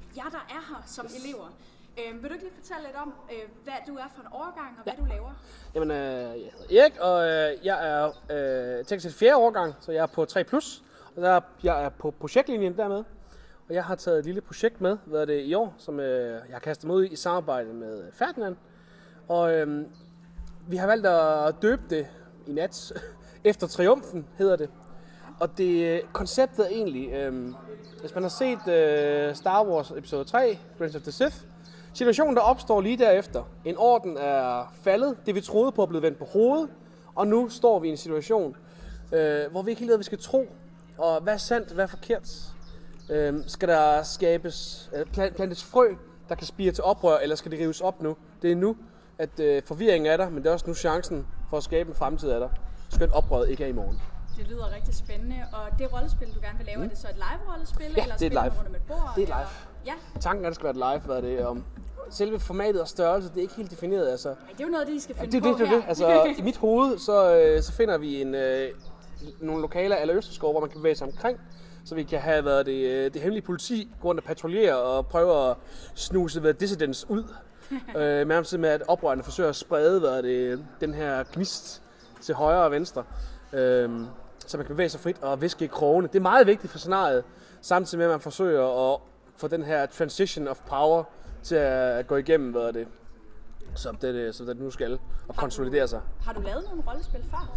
jer, der er her som elever. Vil du ikke lige fortælle lidt om, hvad du er for en årgang, og hvad du laver? Jamen, jeg hedder Erik, og jeg er teknisk 4. årgang, så jeg er på 3+, og jeg er på projektlinjen dermed. Og jeg har taget et lille projekt med, i år, som jeg har kastet mig ud i samarbejde med Ferdinand. Og vi har valgt at døbe det i nat. Efter triumfen hedder det. Og konceptet er egentlig, hvis man har set Star Wars episode 3, Revenge of the Sith, situationen der opstår lige derefter. En orden er faldet, det vi troede på er blevet vendt på hovedet, og nu står vi i en situation, hvor vi ikke helt ved, hvad vi skal tro. Og hvad er sandt, hvad er forkert? Skal der skabes, plantes frø, der kan spire til oprør, eller skal det rives op nu? Det er nu, at forvirringen er der, men det er også nu chancen for at skabe en fremtid er der. Skønt oprøret ikke er i morgen. Det lyder rigtig spændende, og det rollespil, du gerne vil lave, er det så et live-rollespil, ja, eller det er live. rundt om et bord? Det er live. Ja. Tanken er, at det skal være live, selve formatet og størrelse, det er ikke helt defineret. Altså. Ej, det er jo noget, de skal finde på her. Det. Altså, i mit hoved, så finder vi nogle lokaler eller Østerskov, hvor man kan bevæge sig omkring, så vi kan have det hemmelige politi gå rundt og patruljere og prøve at snuse dissidents ud. Med at oprørerne forsøger at sprede den her gnist til højre og venstre, så man kan bevæge sig frit og viske i krogene. Det er meget vigtigt for scenariet, samtidig med at man forsøger at få den her transition of power til at gå igennem, som det nu skal, og konsolidere sig. Har du lavet nogle rollespil før?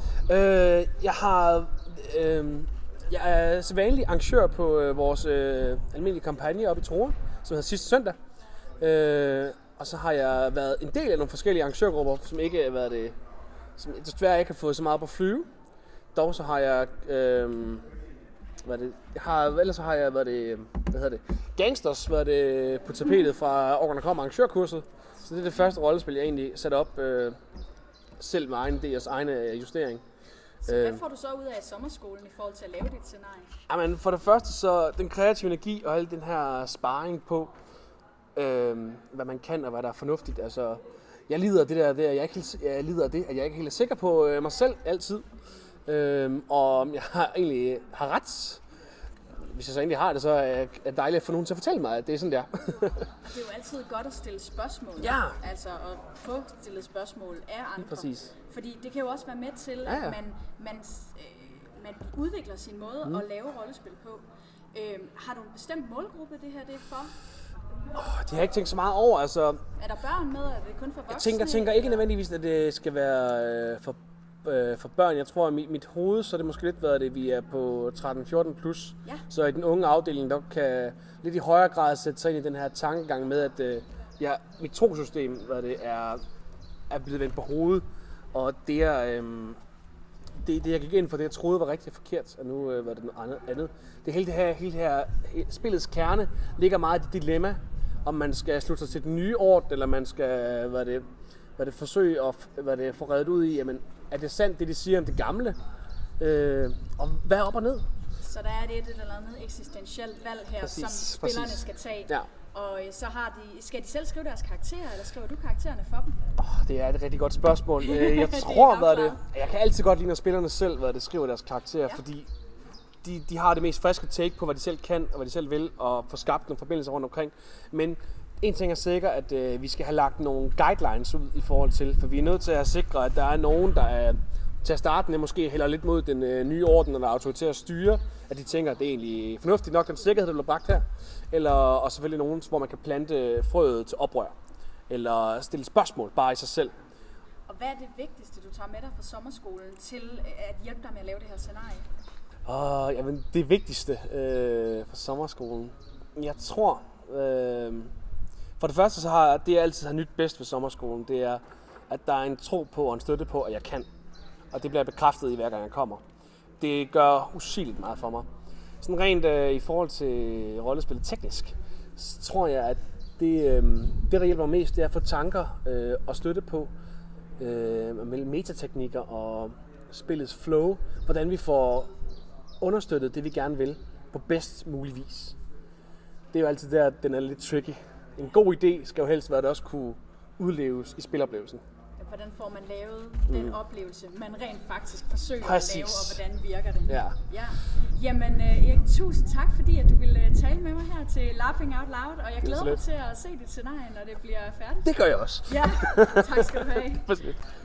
Jeg er sædvanlig arrangør på vores almindelige kampagne oppe i True, som hedder Sidste Søndag. Og så har jeg været en del af nogle forskellige arrangørgrupper, som ikke har været det, som desværre ikke har fået så meget på flyve. Dog så har jeg Gangsters på tapetet fra Organ og Kom arrangørkurset. Så det er det første rollespil, jeg egentlig satte op selv med egne justering. Så hvad får du så ud af sommerskolen i forhold til at lave dit scenarie? Jamen for det første så den kreative energi og al den her sparring på, hvad man kan og hvad der er fornuftigt. Altså, jeg lider af det at jeg ikke helt er sikker på mig selv altid. Og jeg egentlig har ret. Hvis jeg så egentlig har det, så er det dejligt at få nogen til at fortælle mig, at det er sådan der. Det er jo altid godt at stille spørgsmål. Ja. Altså at få stillet spørgsmål af andre. Lige præcis. Fordi det kan jo også være med til, at man udvikler sin måde at lave rollespil på. Har du en bestemt målgruppe, det her det er for? Det har jeg ikke tænkt så meget over. Altså, er der børn med, eller er det kun for voksne? Jeg tænker ikke nødvendigvis, at det skal være for børn. Jeg tror, at mit hoved, så er det måske lidt vi er på 13-14+. Ja. Så i den unge afdeling, der kan lidt i højere grad sætte sig ind i den her tankegang med, at mit trosystem er blevet vendt på hovedet. Og det jeg gik ind for, det jeg troede var rigtig forkert, og nu var det noget andet. Det hele her spillets kerne ligger meget i det dilemma, om man skal slutte sig til den nye orden, eller man skal forsøge at få reddet ud i, jamen, er det sandt, det de siger om det gamle? Og hvad er op og ned? Så der er det et eller andet eksistentielt valg her, som spillerne skal tage. Ja. Og så skal de selv skrive deres karakterer, eller skriver du karaktererne for dem? Det er et rigtig godt spørgsmål. Jeg tror, jeg kan altid godt lide, når spillerne selv skriver deres karakterer, fordi de har det mest friske take på, hvad de selv kan, og hvad de selv vil, og få skabt nogle forbindelser rundt omkring. Men en ting er sikker, at vi skal have lagt nogle guidelines ud i forhold til, for vi er nødt til at sikre, at der er nogen, der er til at starte med måske hælder lidt mod den nye orden, eller autoritære styre, at de tænker, at det er egentlig fornuftigt nok, den sikkerhed, der bliver bragt her. Og selvfølgelig nogen, hvor man kan plante frøet til oprør, eller stille spørgsmål bare i sig selv. Og hvad er det vigtigste, du tager med dig fra sommerskolen til at hjælpe dig med at lave det her scenarie? Jamen, det vigtigste fra sommerskolen, jeg tror, for det første, så har det, jeg altid har nyt bedst ved sommerskolen, det er, at der er en tro på og en støtte på, at jeg kan. Og det bliver bekræftet i hver gang jeg kommer. Det gør usigeligt meget for mig. Sådan rent i forhold til rollespillet teknisk, så tror jeg, at det der hjælper mig mest, det er at få tanker og støtte på mellem metateknikker og spillets flow. Hvordan vi får understøttet det, vi gerne vil, på bedst mulig vis. Det er jo altid der, den er lidt tricky. En god idé skal jo helst være, at det også kunne udleves i spiloplevelsen. hvordan får man lavet den oplevelse, man rent faktisk forsøger Præcis. at lave, og hvordan virker den. Ja. Ja. Jamen Erik, tusind tak, fordi at du ville tale med mig her til Laughing Out Loud, og jeg glæder mig til at se dit scenarie, når det bliver færdigt. Det gør jeg også. Ja, tak skal du have.